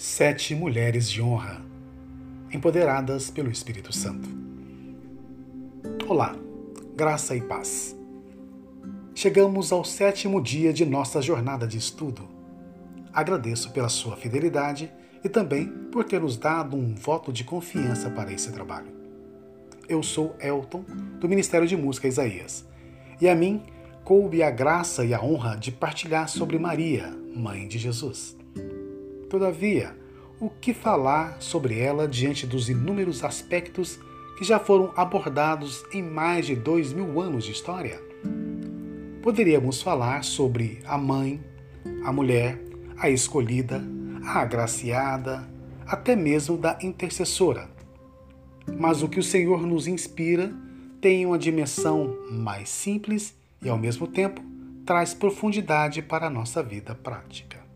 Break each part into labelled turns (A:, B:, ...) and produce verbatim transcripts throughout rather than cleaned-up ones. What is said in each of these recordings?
A: Sete mulheres de honra, empoderadas pelo Espírito Santo. Olá, graça e paz. Chegamos ao sétimo dia de nossa jornada de estudo. Agradeço pela sua fidelidade e também por ter nos dado um voto de confiança para esse trabalho. Eu sou Elton, do Ministério de Música Isaías, e a mim coube a graça e a honra de partilhar sobre Maria, mãe de Jesus. Todavia, o que falar sobre ela diante dos inúmeros aspectos que já foram abordados em mais de dois mil anos de história? Poderíamos falar sobre a mãe, a mulher, a escolhida, a agraciada, até mesmo da intercessora. Mas o que o Senhor nos inspira tem uma dimensão mais simples e, ao mesmo tempo, traz profundidade para a nossa vida prática.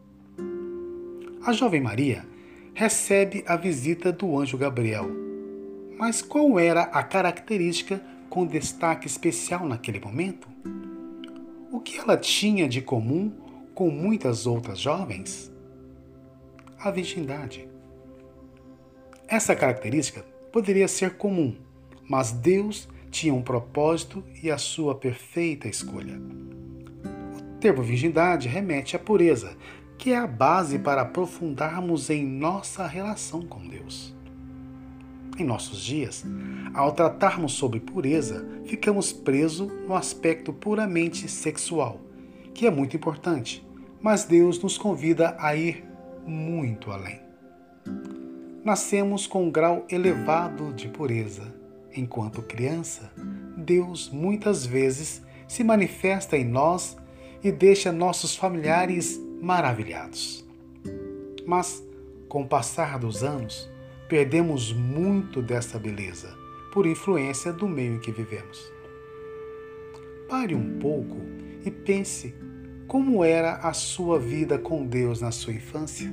A: A jovem Maria recebe a visita do anjo Gabriel. Mas qual era a característica com destaque especial naquele momento? O que ela tinha de comum com muitas outras jovens? A virgindade. Essa característica poderia ser comum, mas Deus tinha um propósito e a sua perfeita escolha. O termo virgindade remete à pureza, que é a base para aprofundarmos em nossa relação com Deus. Em nossos dias, ao tratarmos sobre pureza, ficamos presos no aspecto puramente sexual, que é muito importante, mas Deus nos convida a ir muito além. Nascemos com um grau elevado de pureza. Enquanto criança, Deus muitas vezes se manifesta em nós e deixa nossos familiares maravilhados. Mas, com o passar dos anos, perdemos muito dessa beleza por influência do meio em que vivemos. Pare um pouco e pense como era a sua vida com Deus na sua infância.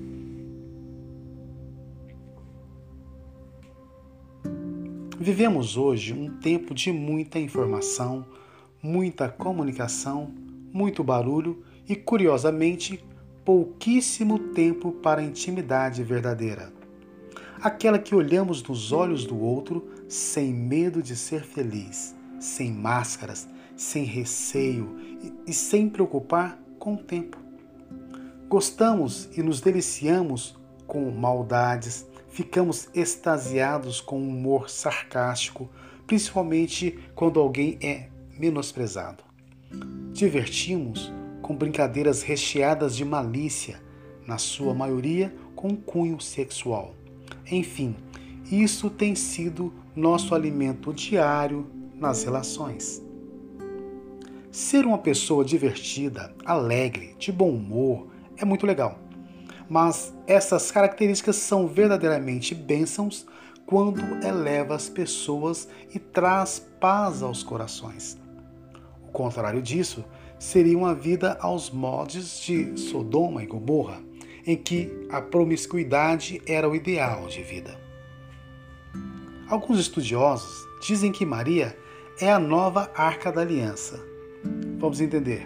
A: Vivemos hoje um tempo de muita informação, muita comunicação, muito barulho e, curiosamente, pouquíssimo tempo para a intimidade verdadeira. Aquela que olhamos nos olhos do outro sem medo de ser feliz, sem máscaras, sem receio e, e sem preocupar com o tempo. Gostamos e nos deliciamos com maldades, ficamos extasiados com um humor sarcástico, principalmente quando alguém é menosprezado. Divertimos com brincadeiras recheadas de malícia, na sua maioria com cunho sexual. Enfim, isso tem sido nosso alimento diário nas relações. Ser uma pessoa divertida, alegre, de bom humor é muito legal. Mas essas características são verdadeiramente bênçãos quando eleva as pessoas e traz paz aos corações. O contrário disso seria uma vida aos moldes de Sodoma e Gomorra, em que a promiscuidade era o ideal de vida. Alguns estudiosos dizem que Maria é a nova Arca da Aliança. Vamos entender.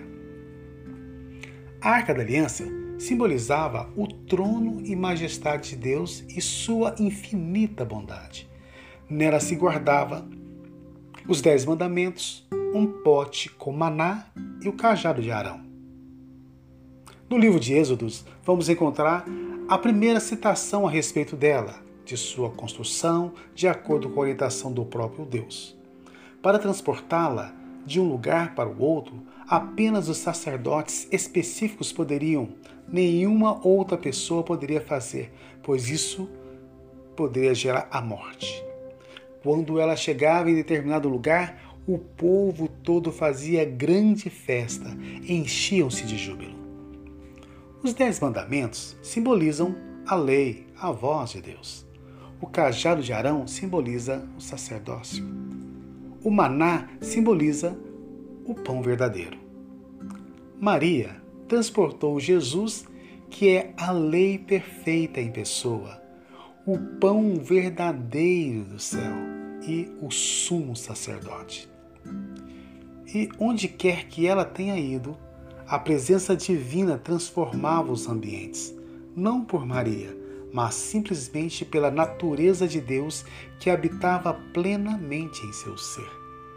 A: A Arca da Aliança simbolizava o trono e majestade de Deus e sua infinita bondade. Nela se guardava os Dez Mandamentos, um pote com maná e o cajado de Arão. No livro de Êxodos, vamos encontrar a primeira citação a respeito dela, de sua construção, de acordo com a orientação do próprio Deus. Para transportá-la de um lugar para o outro, apenas os sacerdotes específicos poderiam, nenhuma outra pessoa poderia fazer, pois isso poderia gerar a morte. Quando ela chegava em determinado lugar, o povo todo fazia grande festa, enchiam-se de júbilo. Os Dez Mandamentos simbolizam a lei, a voz de Deus. O cajado de Arão simboliza o sacerdócio. O maná simboliza o pão verdadeiro. Maria transportou Jesus, que é a lei perfeita em pessoa, o pão verdadeiro do céu e o sumo sacerdote. E onde quer que ela tenha ido, a presença divina transformava os ambientes, não por Maria, mas simplesmente pela natureza de Deus que habitava plenamente em seu ser.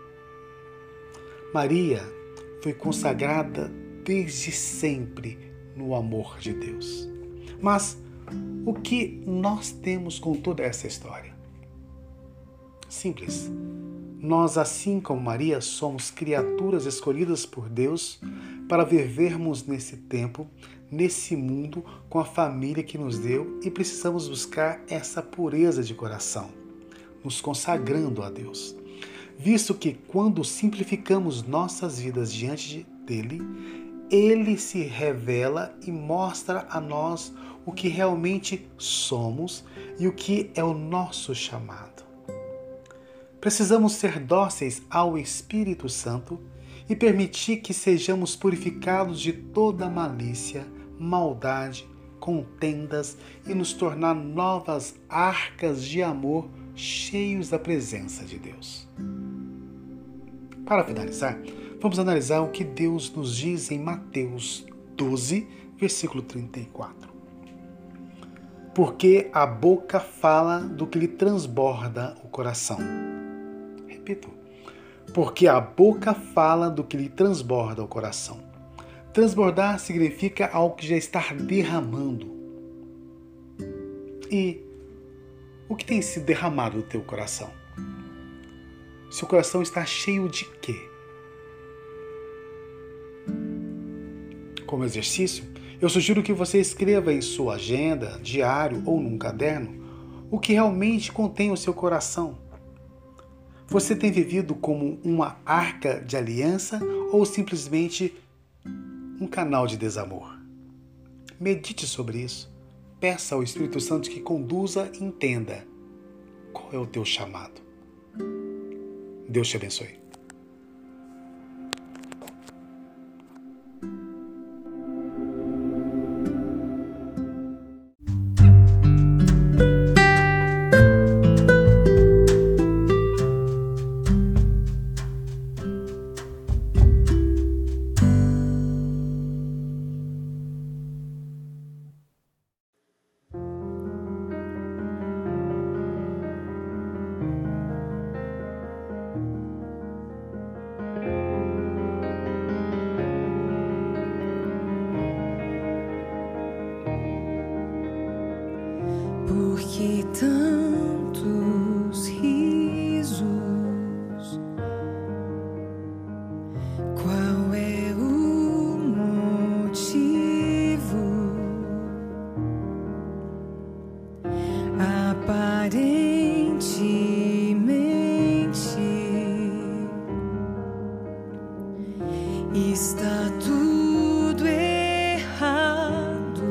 A: Maria foi consagrada desde sempre no amor de Deus. Mas o que nós temos com toda essa história? Simples. Nós, assim como Maria, somos criaturas escolhidas por Deus para vivermos nesse tempo, nesse mundo, com a família que nos deu, e precisamos buscar essa pureza de coração, nos consagrando a Deus. Visto que quando simplificamos nossas vidas diante dele, ele se revela e mostra a nós o que realmente somos e o que é o nosso chamado. Precisamos ser dóceis ao Espírito Santo e permitir que sejamos purificados de toda malícia, maldade, contendas e nos tornar novas arcas de amor cheios da presença de Deus. Para finalizar, vamos analisar o que Deus nos diz em Mateus doze, versículo trinta e quatro. Porque a boca fala do que lhe transborda o coração. Repito. Porque a boca fala do que lhe transborda o coração. Transbordar significa algo que já está derramando. E o que tem se derramado do teu coração? Seu coração está cheio de quê? Como exercício, eu sugiro que você escreva em sua agenda, diário ou num caderno o que realmente contém o seu coração. Você tem vivido como uma arca de aliança ou simplesmente um canal de desamor? Medite sobre isso. Peça ao Espírito Santo que conduza e entenda qual é o teu chamado. Deus te abençoe.
B: Porque tantos risos, qual é o motivo? Aparentemente está tudo errado.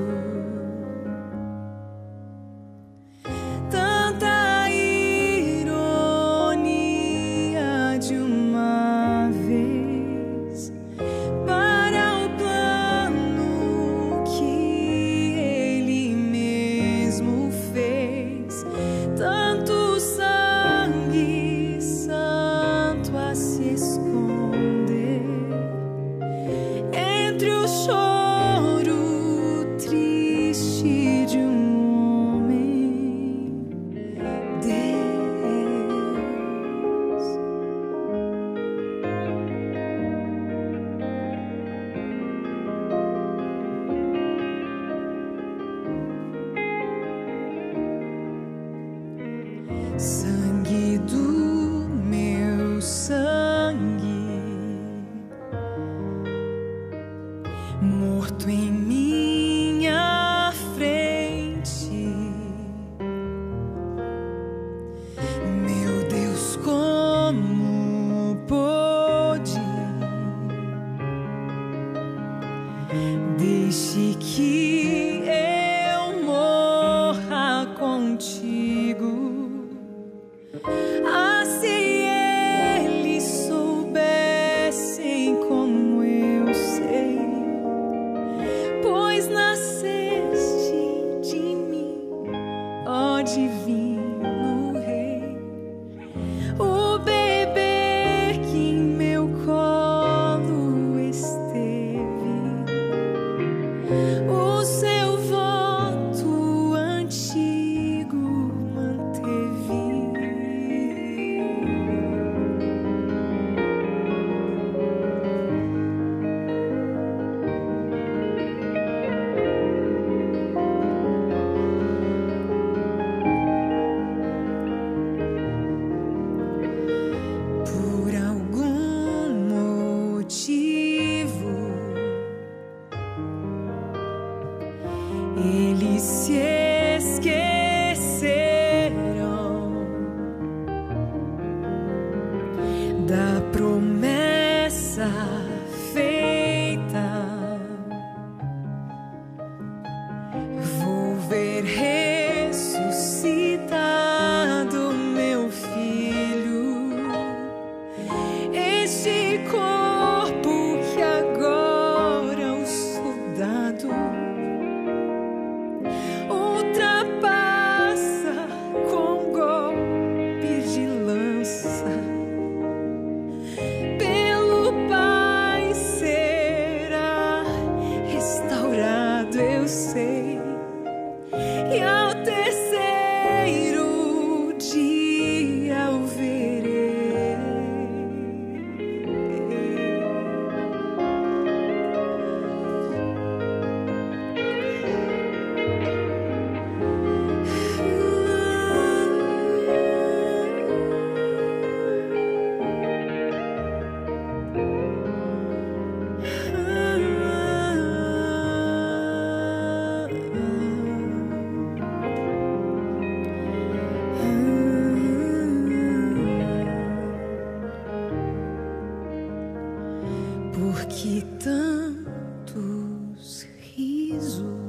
B: Sangue do meu sangue, morto em minha frente. Meu Deus, como pôde? Deixe que eu morra contigo. Ah, se eles soubessem como eu sei, pois nasceste de mim, ó divino Rei. O bebê que em meu colo esteve, o eles se esquecerão da promessa feita. Vou ver ressuscitado meu filho, este corpo que agora o soldado ultrapassa com golpe de lança. Pelo Pai será restaurado, eu sei, e ao terceiro dia o verei. Porque tantos risos